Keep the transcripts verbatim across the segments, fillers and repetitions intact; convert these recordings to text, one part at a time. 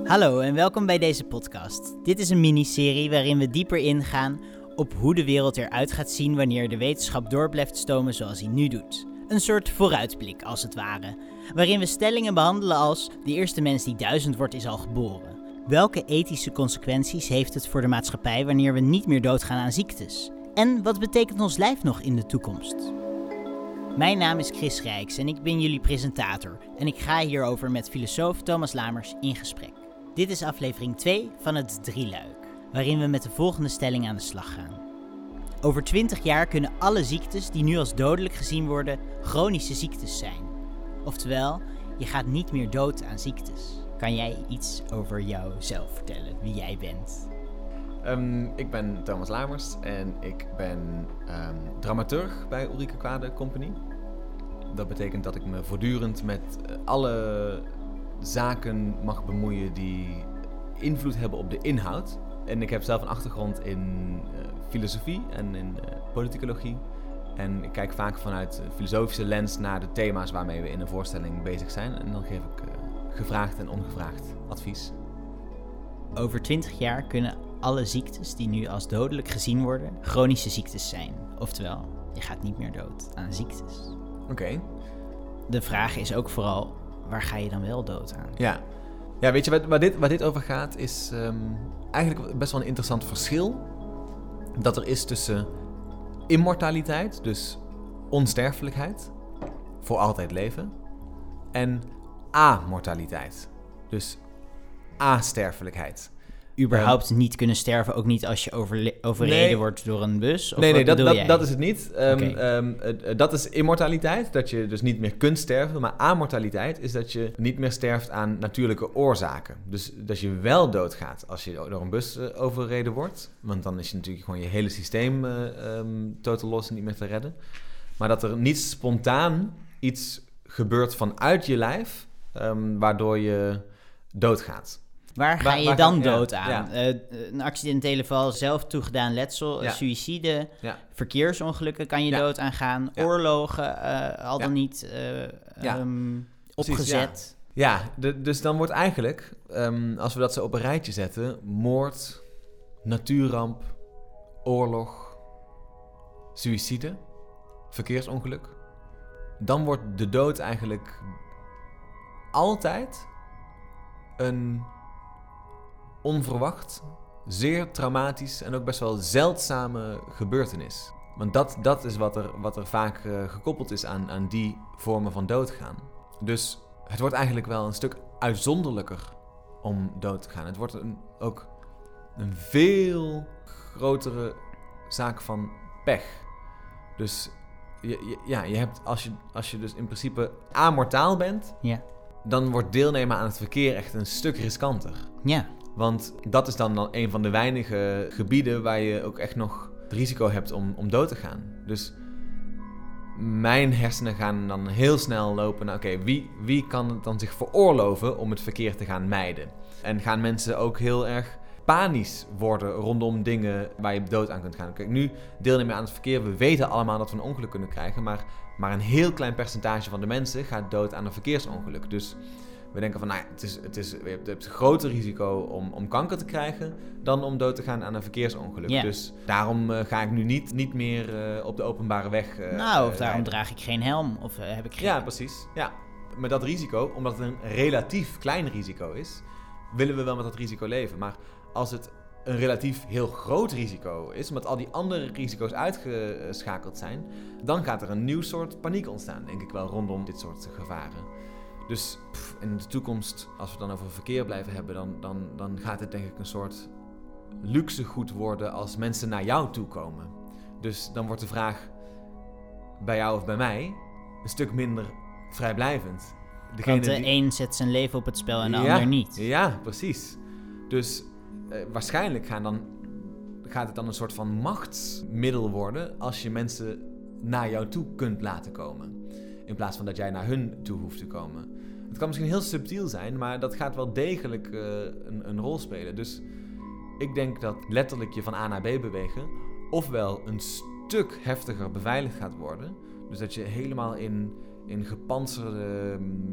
Hallo en welkom bij deze podcast. Dit is een miniserie waarin we dieper ingaan op hoe de wereld eruit gaat zien wanneer de wetenschap door blijft stomen zoals hij nu doet. Een soort vooruitblik als het ware, waarin we stellingen behandelen als de eerste mens die duizend wordt is al geboren. Welke ethische consequenties heeft het voor de maatschappij wanneer we niet meer doodgaan aan ziektes? En wat betekent ons lijf nog in de toekomst? Mijn naam is Chris Rijks en ik ben jullie presentator en ik ga hierover met filosoof Thomas Lamers in gesprek. Dit is aflevering twee van het drieluik, waarin we met de volgende stelling aan de slag gaan. Over twintig jaar kunnen alle ziektes die nu als dodelijk gezien worden, chronische ziektes zijn. Oftewel, je gaat niet meer dood aan ziektes. Kan jij iets over jouzelf vertellen, wie jij bent? Um, ik ben Thomas Lamers en ik ben um, dramaturg bij Ulrike Kwade Company. Dat betekent dat ik me voortdurend met uh, alle zaken mag bemoeien die invloed hebben op de inhoud. En ik heb zelf een achtergrond in uh, filosofie en in uh, politicologie. En ik kijk vaak vanuit een filosofische lens naar de thema's waarmee we in een voorstelling bezig zijn. En dan geef ik uh, gevraagd en ongevraagd advies. Over twintig jaar kunnen alle ziektes die nu als dodelijk gezien worden, chronische ziektes zijn. Oftewel, je gaat niet meer dood aan ziektes. Oké. Okay. De vraag is ook vooral, waar ga je dan wel dood aan? Ja, ja weet je, waar, waar, dit, waar dit over gaat is um, eigenlijk best wel een interessant verschil dat er is tussen immortaliteit, dus onsterfelijkheid, voor altijd leven, en amortaliteit, dus asterfelijkheid. Überhaupt um, niet kunnen sterven, ook niet als je overle- overreden nee, wordt door een bus? Of nee, nee, dat, dat, dat is het niet. Um, okay. um, uh, dat is immortaliteit, dat je dus niet meer kunt sterven. Maar amortaliteit is dat je niet meer sterft aan natuurlijke oorzaken. Dus dat je wel doodgaat als je door een bus uh, overreden wordt. Want dan is je natuurlijk gewoon je hele systeem uh, um, totaal los en niet meer te redden. Maar dat er niet spontaan iets gebeurt vanuit je lijf, um, waardoor je doodgaat. Waar ga waar, je waar dan ga, dood ja, aan? ja. Uh, een accidentele val, zelf toegedaan letsel, ja. suïcide, ja. verkeersongelukken kan je ja. dood aan gaan, ja. oorlogen, uh, al dan ja. niet uh, ja. um, Precies, opgezet. Ja, ja de, dus dan wordt eigenlijk, um, als we dat zo op een rijtje zetten, moord, natuurramp, oorlog, suïcide, verkeersongeluk. Dan wordt de dood eigenlijk altijd een onverwacht, zeer traumatisch en ook best wel zeldzame gebeurtenis. Want dat, dat is wat er, wat er vaak uh, gekoppeld is aan, aan die vormen van doodgaan. Dus het wordt eigenlijk wel een stuk uitzonderlijker om dood te gaan. Het wordt een, ook een veel grotere zaak van pech. Dus je, je, ja, je hebt, als je, als je dus in principe amortaal bent, ja. dan wordt deelnemen aan het verkeer echt een stuk riskanter. Ja. Want dat is dan, dan een van de weinige gebieden waar je ook echt nog het risico hebt om, om dood te gaan. Dus mijn hersenen gaan dan heel snel lopen naar, oké, okay, wie, wie kan het dan zich veroorloven om het verkeer te gaan mijden? En gaan mensen ook heel erg panisch worden rondom dingen waar je dood aan kunt gaan. Kijk, nu deelnemen aan het verkeer, we weten allemaal dat we een ongeluk kunnen krijgen, maar, maar een heel klein percentage van de mensen gaat dood aan een verkeersongeluk. Dus we denken van, nou ja, het is, het is, je hebt een groter risico om, om kanker te krijgen dan om dood te gaan aan een verkeersongeluk. Yeah. Dus daarom uh, ga ik nu niet, niet meer uh, op de openbare weg uh, Nou, of uh, daarom rijden. draag ik geen helm, of uh, heb ik geen... Ja, precies. Ja. Met dat risico, omdat het een relatief klein risico is, willen we wel met dat risico leven. Maar als het een relatief heel groot risico is, omdat al die andere risico's uitgeschakeld zijn, dan gaat er een nieuw soort paniek ontstaan, denk ik wel, rondom dit soort gevaren. Dus pff, in de toekomst, als we het dan over verkeer blijven hebben, dan, dan, dan gaat het denk ik een soort luxegoed worden als mensen naar jou toe komen. Dus dan wordt de vraag bij jou of bij mij een stuk minder vrijblijvend. Degene Want de die... een zet zijn leven op het spel en de ja, ander niet. Ja, precies. Dus eh, waarschijnlijk gaan dan, gaat het dan een soort van machtsmiddel worden als je mensen naar jou toe kunt laten komen. In plaats van dat jij naar hun toe hoeft te komen. Het kan misschien heel subtiel zijn, maar dat gaat wel degelijk uh, een, een rol spelen. Dus ik denk dat letterlijk je van A naar B bewegen ofwel een stuk heftiger beveiligd gaat worden. Dus dat je helemaal in, in gepantserde um,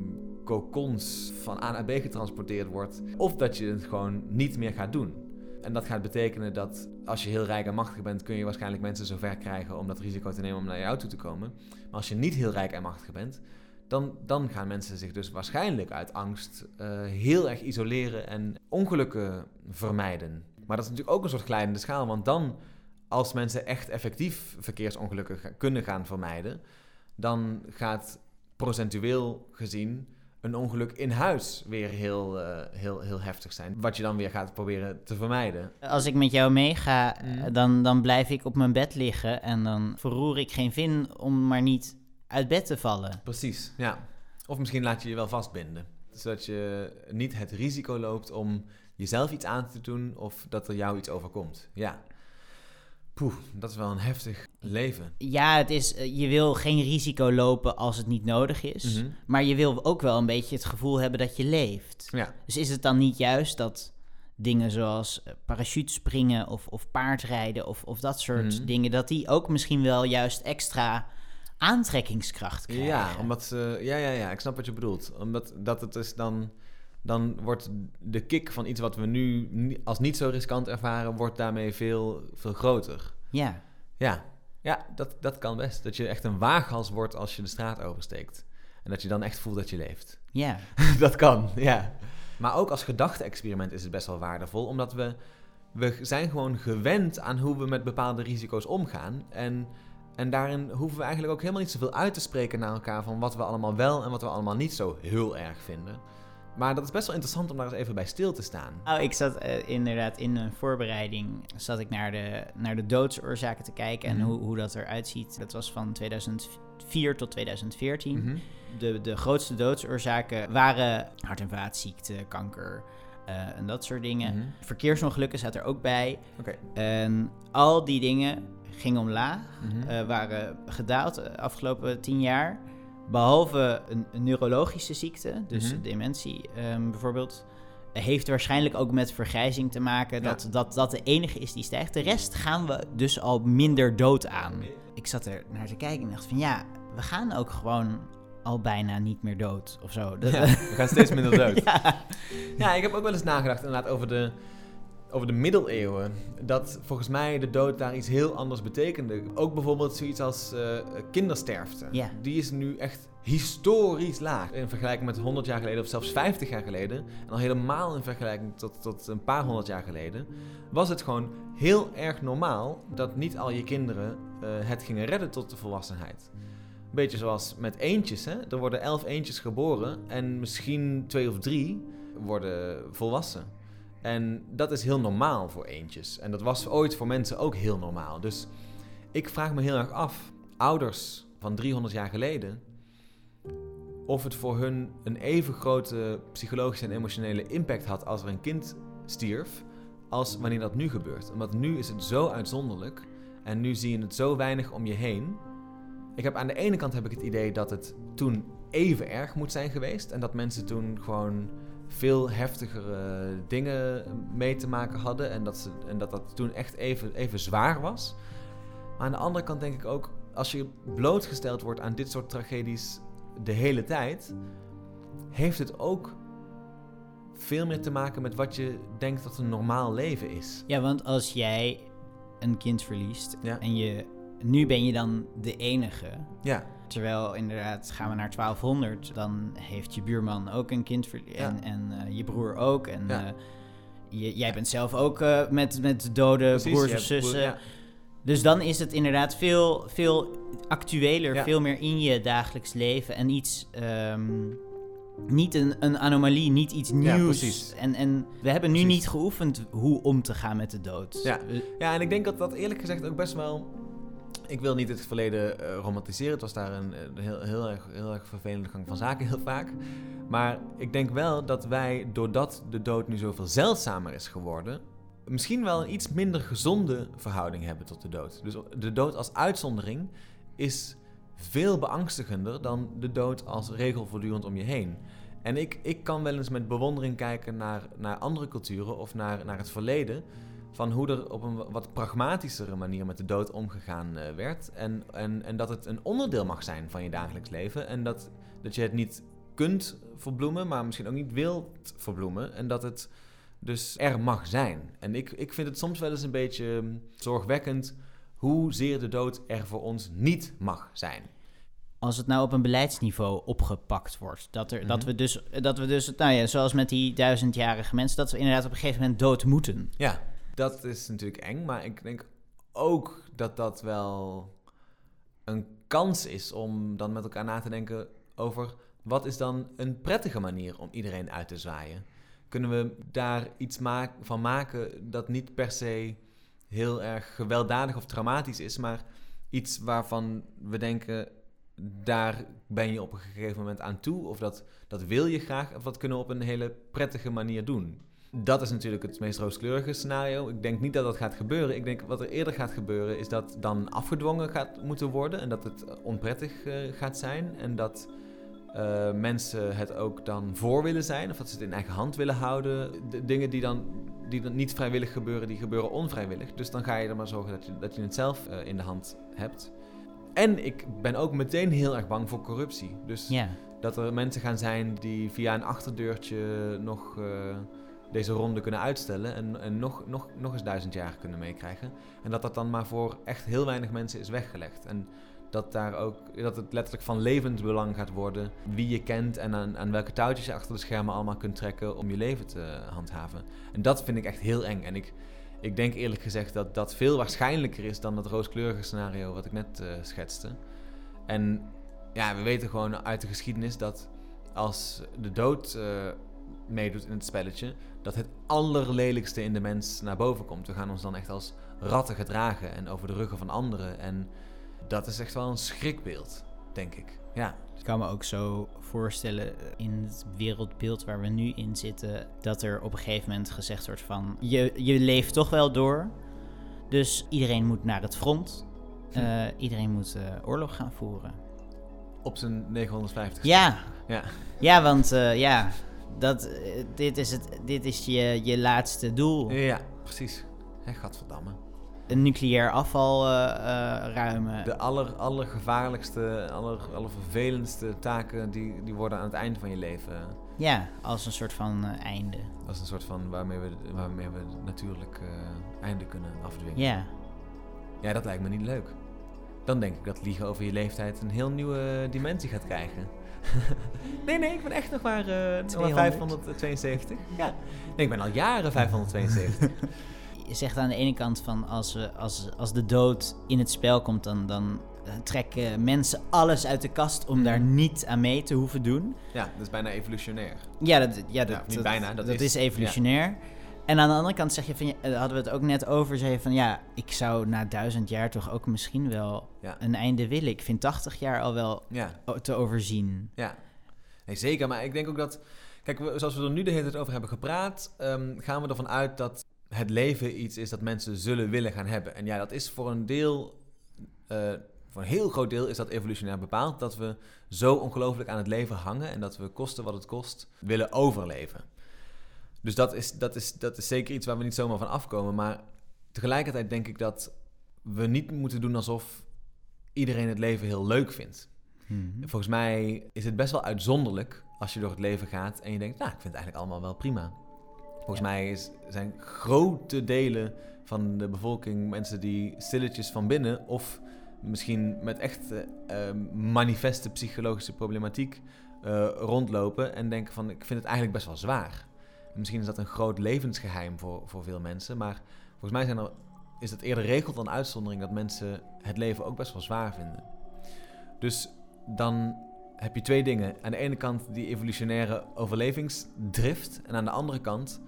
cocons van A naar B getransporteerd wordt. Of dat je het gewoon niet meer gaat doen. En dat gaat betekenen dat als je heel rijk en machtig bent, kun je waarschijnlijk mensen zover krijgen om dat risico te nemen om naar jou toe te komen. Maar als je niet heel rijk en machtig bent, dan, dan gaan mensen zich dus waarschijnlijk uit angst uh, heel erg isoleren en ongelukken vermijden. Maar dat is natuurlijk ook een soort glijdende schaal, want dan, als mensen echt effectief verkeersongelukken ga, kunnen gaan vermijden, dan gaat procentueel gezien een ongeluk in huis weer heel, uh, heel, heel heftig zijn. Wat je dan weer gaat proberen te vermijden. Als ik met jou meega, Mm. dan, dan blijf ik op mijn bed liggen en dan verroer ik geen vin om maar niet uit bed te vallen. Precies, ja. Of misschien laat je je wel vastbinden. Zodat je niet het risico loopt om jezelf iets aan te doen of dat er jou iets overkomt. Ja. Poeh, dat is wel een heftig leven. Ja, het is, uh, je wil geen risico lopen als het niet nodig is. Mm-hmm. Maar je wil ook wel een beetje het gevoel hebben dat je leeft. Ja. Dus is het dan niet juist dat dingen zoals uh, parachutespringen of, of paardrijden of, of dat soort Mm-hmm. dingen, dat die ook misschien wel juist extra aantrekkingskracht krijgen? Ja, omdat ze, ja, ja, ja, ik snap wat je bedoelt. Omdat dat het is dan, dan wordt de kick van iets wat we nu ni- als niet zo riskant ervaren, wordt daarmee veel, veel groter. Ja. Ja, ja dat, dat kan best. Dat je echt een waaghals wordt als je de straat oversteekt. En dat je dan echt voelt dat je leeft. Ja. Dat kan, ja. Maar ook als gedachte-experiment is het best wel waardevol, omdat we, we zijn gewoon gewend aan hoe we met bepaalde risico's omgaan. En, en daarin hoeven we eigenlijk ook helemaal niet zoveel uit te spreken naar elkaar van wat we allemaal wel en wat we allemaal niet zo heel erg vinden. Maar dat is best wel interessant om daar eens even bij stil te staan. Oh, ik zat uh, inderdaad in een voorbereiding, zat ik naar de, naar de doodsoorzaken te kijken en Mm-hmm. hoe, hoe dat eruit ziet. Dat was van tweeduizend vier tot tweeduizend veertien. Mm-hmm. De, de grootste doodsoorzaken waren hart- en vaatziekte, kanker uh, en dat soort dingen. Mm-hmm. Verkeersongelukken zat er ook bij. Oké. En al die dingen gingen omlaag, Mm-hmm. uh, waren gedaald de afgelopen tien jaar. Behalve een, een neurologische ziekte, dus Mm-hmm. dementie um, bijvoorbeeld, heeft waarschijnlijk ook met vergrijzing te maken. Ja. Dat, dat dat de enige is die stijgt. De rest gaan we dus al minder dood aan. Ik zat er naar te kijken en dacht van ja, we gaan ook gewoon al bijna niet meer dood of zo. Dat, Ja, we gaan steeds minder dood. ja. Ja, ik heb ook wel eens nagedacht inderdaad over de, over de middeleeuwen. Dat volgens mij de dood daar iets heel anders betekende. Ook bijvoorbeeld zoiets als uh, kindersterfte. Ja. Die is nu echt historisch laag. In vergelijking met honderd jaar geleden of zelfs vijftig jaar geleden. En al helemaal in vergelijking tot, tot een paar honderd jaar geleden. Was het gewoon heel erg normaal dat niet al je kinderen uh, het gingen redden tot de volwassenheid. Een beetje zoals met eendjes, hè. Er worden elf eendjes geboren en misschien twee of drie worden volwassen. En dat is heel normaal voor eendjes. En dat was ooit voor mensen ook heel normaal. Dus ik vraag me heel erg af, ouders van driehonderd jaar geleden, of het voor hun een even grote psychologische en emotionele impact had als er een kind stierf, als wanneer dat nu gebeurt. Omdat nu is het zo uitzonderlijk en nu zie je het zo weinig om je heen. Ik heb aan de ene kant heb ik het idee dat het toen even erg moet zijn geweest en dat mensen toen gewoon veel heftigere dingen mee te maken hadden en dat, ze, en dat dat toen echt even, even zwaar was. Maar aan de andere kant denk ik ook, als je blootgesteld wordt aan dit soort tragedies de hele tijd, heeft het ook veel meer te maken met wat je denkt dat een normaal leven is. Ja, want als jij een kind verliest Ja. en je, nu ben je dan de enige. Ja, Terwijl inderdaad, gaan we naar twaalfhonderd, dan heeft je buurman ook een kind verliest. Ja. En, en uh, je broer ook. En Ja. uh, je, jij bent zelf ook uh, met, met dode precies, broers je of hebt zussen. broer- ja. Dus dan is het inderdaad veel, veel actueler, Ja. veel meer in je dagelijks leven. En iets, um, niet een, een anomalie, niet iets Ja, nieuws. precies. En, en we hebben nu Precies. niet geoefend hoe om te gaan met de dood. Ja. We- Ja, en ik denk dat dat eerlijk gezegd ook best wel... Ik wil niet het verleden uh, romantiseren. Het was daar een, een heel, heel, erg, heel erg vervelende gang van zaken heel vaak. Maar ik denk wel dat wij, doordat de dood nu zoveel zeldzamer is geworden, misschien wel een iets minder gezonde verhouding hebben tot de dood. Dus de dood als uitzondering is veel beangstigender dan de dood als regel voortdurend om je heen. En ik, ik kan wel eens met bewondering kijken naar, naar andere culturen of naar, naar het verleden, van hoe er op een wat pragmatischere manier met de dood omgegaan uh, werd. En, en, en dat het een onderdeel mag zijn van je dagelijks leven. En dat, dat je het niet kunt verbloemen, maar misschien ook niet wilt verbloemen. En dat het dus er mag zijn. En ik, ik vind het soms wel eens een beetje zorgwekkend hoezeer de dood er voor ons niet mag zijn. Als het nou op een beleidsniveau opgepakt wordt, dat, er, mm-hmm. dat we dus, dat we dus nou ja, zoals met die duizendjarige mensen, dat we inderdaad op een gegeven moment dood moeten. Ja, dat is natuurlijk eng, maar ik denk ook dat dat wel een kans is om dan met elkaar na te denken over wat is dan een prettige manier om iedereen uit te zwaaien. Kunnen we daar iets ma- van maken dat niet per se heel erg gewelddadig of traumatisch is, maar iets waarvan we denken, daar ben je op een gegeven moment aan toe, of dat, dat wil je graag, of dat kunnen we op een hele prettige manier doen. Dat is natuurlijk het meest rooskleurige scenario. Ik denk niet dat dat gaat gebeuren. Ik denk wat er eerder gaat gebeuren is dat dan afgedwongen gaat moeten worden en dat het onprettig uh, gaat zijn en dat uh, mensen het ook dan voor willen zijn of dat ze het in eigen hand willen houden. De dingen die dan, die dan niet vrijwillig gebeuren, die gebeuren onvrijwillig. Dus dan ga je er maar zorgen dat je, dat je het zelf uh, in de hand hebt. En ik ben ook meteen heel erg bang voor corruptie. Dus yeah. dat er mensen gaan zijn die via een achterdeurtje nog uh, deze ronde kunnen uitstellen en, en nog, nog, nog eens duizend jaar kunnen meekrijgen. En dat dat dan maar voor echt heel weinig mensen is weggelegd. En dat, daar ook, dat het letterlijk van levensbelang gaat worden wie je kent en aan, aan welke touwtjes je achter de schermen allemaal kunt trekken om je leven te handhaven. En dat vind ik echt heel eng. En ik... Ik denk eerlijk gezegd dat dat veel waarschijnlijker is dan dat rooskleurige scenario wat ik net uh, schetste. En ja, we weten gewoon uit de geschiedenis dat als de dood uh, meedoet in het spelletje, dat het allerlelijkste in de mens naar boven komt. We gaan ons dan echt als ratten gedragen en over de ruggen van anderen. En dat is echt wel een schrikbeeld, denk ik. Ja. Ik kan me ook zo voorstellen in het wereldbeeld waar we nu in zitten, dat er op een gegeven moment gezegd wordt van, je, je leeft toch wel door, dus iedereen moet naar het front. Hm. Uh, iedereen moet uh, oorlog gaan voeren. Op zijn negenhonderdvijftig. Ja. Ja, ja want uh, ja, dat, uh, dit is, het, dit is je, je laatste doel. Ja, precies. Hé, gadverdamme. Een nucleair afval uh, uh, ruimen. De aller, allergevaarlijkste, aller, allervervelendste taken, die, die worden aan het einde van je leven. Ja, als een soort van uh, einde. Als een soort van waarmee we, waarmee we natuurlijk uh, einde kunnen afdwingen. Ja. Ja, dat lijkt me niet leuk. Dan denk ik dat liegen over je leeftijd een heel nieuwe dimensie gaat krijgen. nee, nee, ik ben echt nog maar, uh, nog maar vijfhonderdtweeënzeventig. Ja. Nee, ik ben al jaren vijfhonderdtweeënzeventig. Je zegt aan de ene kant van als, we, als, als de dood in het spel komt, dan, dan trekken mensen alles uit de kast om daar niet aan mee te hoeven doen. Ja, dat is bijna evolutionair. Ja, dat, ja, dat, ja, niet dat, bijna, dat, dat is, is evolutionair. Ja. En aan de andere kant zeg je van, daar hadden we het ook net over, zei je van ja, ik zou na duizend jaar toch ook misschien wel ja. een einde willen. Ik vind tachtig jaar al wel ja. te overzien. Ja, nee, zeker. Maar ik denk ook dat, kijk, zoals we er nu de hele tijd over hebben gepraat, um, gaan we ervan uit dat het leven iets is dat mensen zullen willen gaan hebben. En ja, dat is voor een deel, uh, voor een heel groot deel is dat evolutionair bepaald, dat we zo ongelooflijk aan het leven hangen en dat we kosten wat het kost willen overleven. Dus dat is, dat is, dat is zeker iets waar we niet zomaar van afkomen. Maar tegelijkertijd denk ik dat we niet moeten doen alsof iedereen het leven heel leuk vindt. Mm-hmm. Volgens mij is het best wel uitzonderlijk als je door het leven gaat en je denkt, nou, ik vind het eigenlijk allemaal wel prima. Volgens ja. mij is, zijn grote delen van de bevolking mensen die stilletjes van binnen of misschien met echt uh, manifeste psychologische problematiek uh, rondlopen en denken van, ik vind het eigenlijk best wel zwaar. Misschien is dat een groot levensgeheim voor, voor veel mensen, maar volgens mij zijn er, is het eerder regel dan uitzondering dat mensen het leven ook best wel zwaar vinden. Dus dan heb je twee dingen. Aan de ene kant die evolutionaire overlevingsdrift en aan de andere kant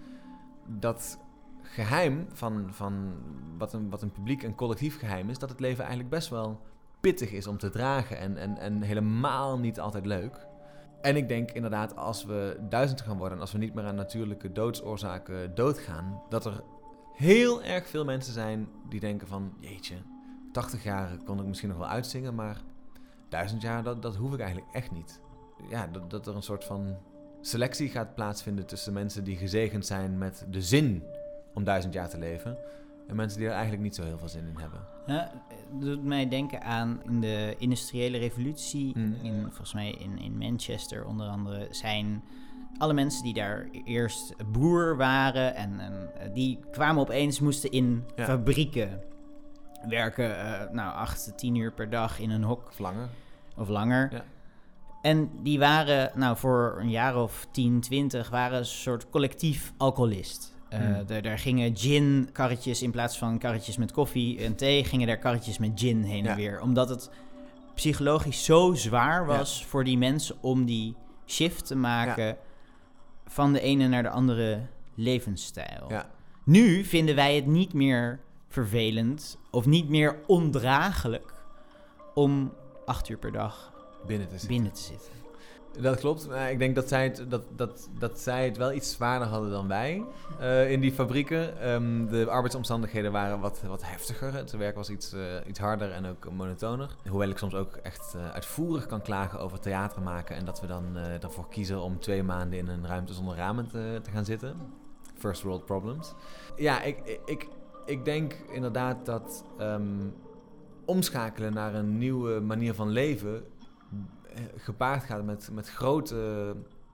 dat geheim van, van wat, een, wat een publiek en collectief geheim is, dat het leven eigenlijk best wel pittig is om te dragen en, en, en helemaal niet altijd leuk. En ik denk inderdaad, als we duizend gaan worden en als we niet meer aan natuurlijke doodsoorzaken doodgaan, dat er heel erg veel mensen zijn die denken van, jeetje, tachtig jaar kon ik misschien nog wel uitzingen, maar duizend jaar, dat, dat hoef ik eigenlijk echt niet. Ja, dat, dat er een soort van selectie gaat plaatsvinden tussen mensen die gezegend zijn met de zin om duizend jaar te leven En mensen die er eigenlijk niet zo heel veel zin in hebben. Ja, dat doet mij denken aan in de industriële revolutie, Mm. in, volgens mij in, in Manchester onder andere, zijn alle mensen die daar eerst boer waren en, en die kwamen opeens, moesten in Ja. fabrieken werken, uh, nou acht, tien uur per dag in een hok. Of langer. Of langer. Ja. En die waren, nou voor een jaar of tien, twintig, waren een soort collectief alcoholist. Uh, Hmm. d- daar gingen gin-karretjes in plaats van karretjes met koffie en thee, gingen daar karretjes met gin heen en Ja. weer. Omdat het psychologisch zo zwaar was Ja. voor die mensen om die shift te maken Ja. van de ene naar de andere levensstijl. Ja. Nu vinden wij het niet meer vervelend of niet meer ondraaglijk om acht uur per dag Binnen te zitten. binnen te zitten. Dat klopt. Maar ik denk dat zij het, dat, dat, dat zij het wel iets zwaarder hadden dan wij uh, in die fabrieken. Um, de arbeidsomstandigheden waren wat, wat heftiger. Het werk was iets, uh, iets harder en ook monotoner. Hoewel ik soms ook echt uh, uitvoerig kan klagen over theater maken. En dat we dan uh, ervoor kiezen om twee maanden in een ruimte zonder ramen te, te gaan zitten. First world problems. Ja, ik, ik, ik denk inderdaad dat um, omschakelen naar een nieuwe manier van leven gepaard gaat met, met grote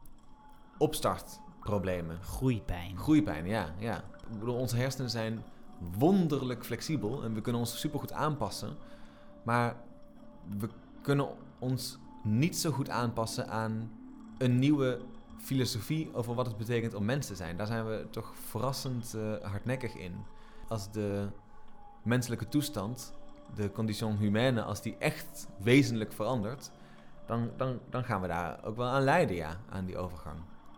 opstartproblemen. Groeipijn. Groeipijn, ja. ja. Ik bedoel, onze hersenen zijn wonderlijk flexibel en we kunnen ons supergoed aanpassen. Maar we kunnen ons niet zo goed aanpassen aan een nieuwe filosofie over wat het betekent om mens te zijn. Daar zijn we toch verrassend uh, hardnekkig in. Als de menselijke toestand, de condition humaine, als die echt wezenlijk verandert, Dan, dan, dan gaan we daar ook wel aan lijden, ja, aan die overgang.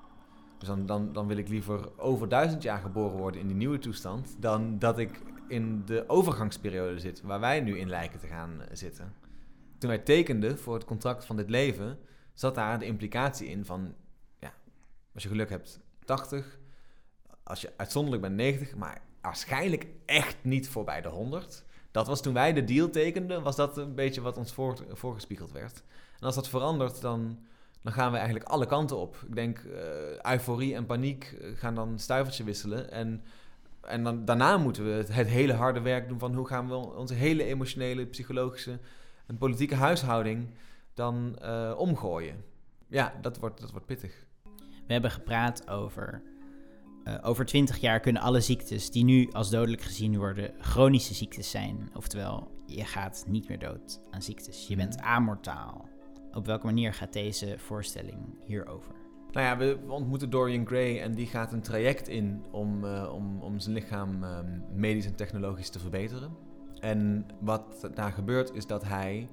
Dus dan, dan, dan wil ik liever over duizend jaar geboren worden in die nieuwe toestand, dan dat ik in de overgangsperiode zit, waar wij nu in lijken te gaan zitten. Toen wij tekenden voor het contract van dit leven, zat daar de implicatie in van, ja, als je geluk hebt, tachtig, als je uitzonderlijk bent, negentig, maar waarschijnlijk echt niet voorbij de honderd. Dat was toen wij de deal tekenden, was dat een beetje wat ons voor, voorgespiegeld werd. En als dat verandert, dan, dan gaan we eigenlijk alle kanten op. Ik denk, uh, euforie en paniek gaan dan stuivertje wisselen. En, en dan, daarna moeten we het, het hele harde werk doen van hoe gaan we onze hele emotionele, psychologische en politieke huishouding dan uh, omgooien. Ja, dat wordt, dat wordt pittig. We hebben gepraat over, uh, over twintig jaar kunnen alle ziektes die nu als dodelijk gezien worden chronische ziektes zijn. Oftewel, je gaat niet meer dood aan ziektes. Je bent amortaal. Op welke manier gaat deze voorstelling hierover? Nou ja, we ontmoeten Dorian Gray en die gaat een traject in om, uh, om, om zijn lichaam uh, medisch en technologisch te verbeteren. En wat daar gebeurt is dat hij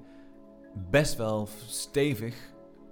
best wel stevig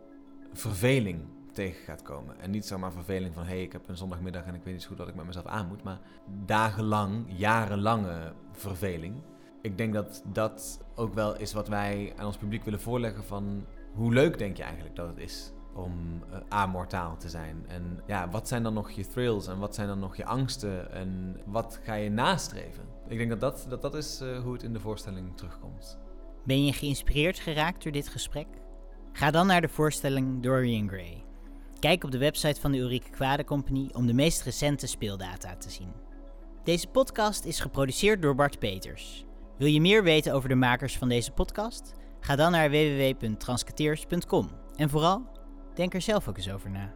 verveling tegen gaat komen. En niet zomaar verveling van, hé, hey, ik heb een zondagmiddag en ik weet niet zo goed wat ik met mezelf aan moet. Maar dagenlang, jarenlange verveling. Ik denk dat dat ook wel is wat wij aan ons publiek willen voorleggen van, hoe leuk denk je eigenlijk dat het is om uh, amortaal te zijn? En ja, wat zijn dan nog je thrills en wat zijn dan nog je angsten en wat ga je nastreven? Ik denk dat dat, dat, dat is uh, hoe het in de voorstelling terugkomt. Ben je geïnspireerd geraakt door dit gesprek? Ga dan naar de voorstelling Dorian Gray. Kijk op de website van de Ulrike Kwade Company om de meest recente speeldata te zien. Deze podcast is geproduceerd door Bart Peters. Wil je meer weten over de makers van deze podcast? Ga dan naar w w w punt transketeers punt com. En vooral, denk er zelf ook eens over na.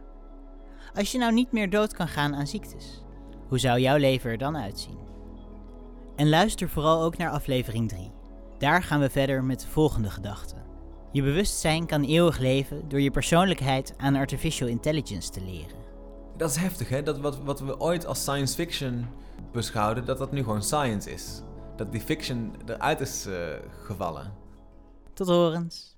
Als je nou niet meer dood kan gaan aan ziektes, hoe zou jouw leven er dan uitzien? En luister vooral ook naar aflevering drie. Daar gaan we verder met de volgende gedachte. Je bewustzijn kan eeuwig leven door je persoonlijkheid aan artificial intelligence te leren. Dat is heftig, hè? Dat wat, wat we ooit als science fiction beschouwden, dat dat nu gewoon science is. Dat die fiction eruit is uh, gevallen. Tot horens.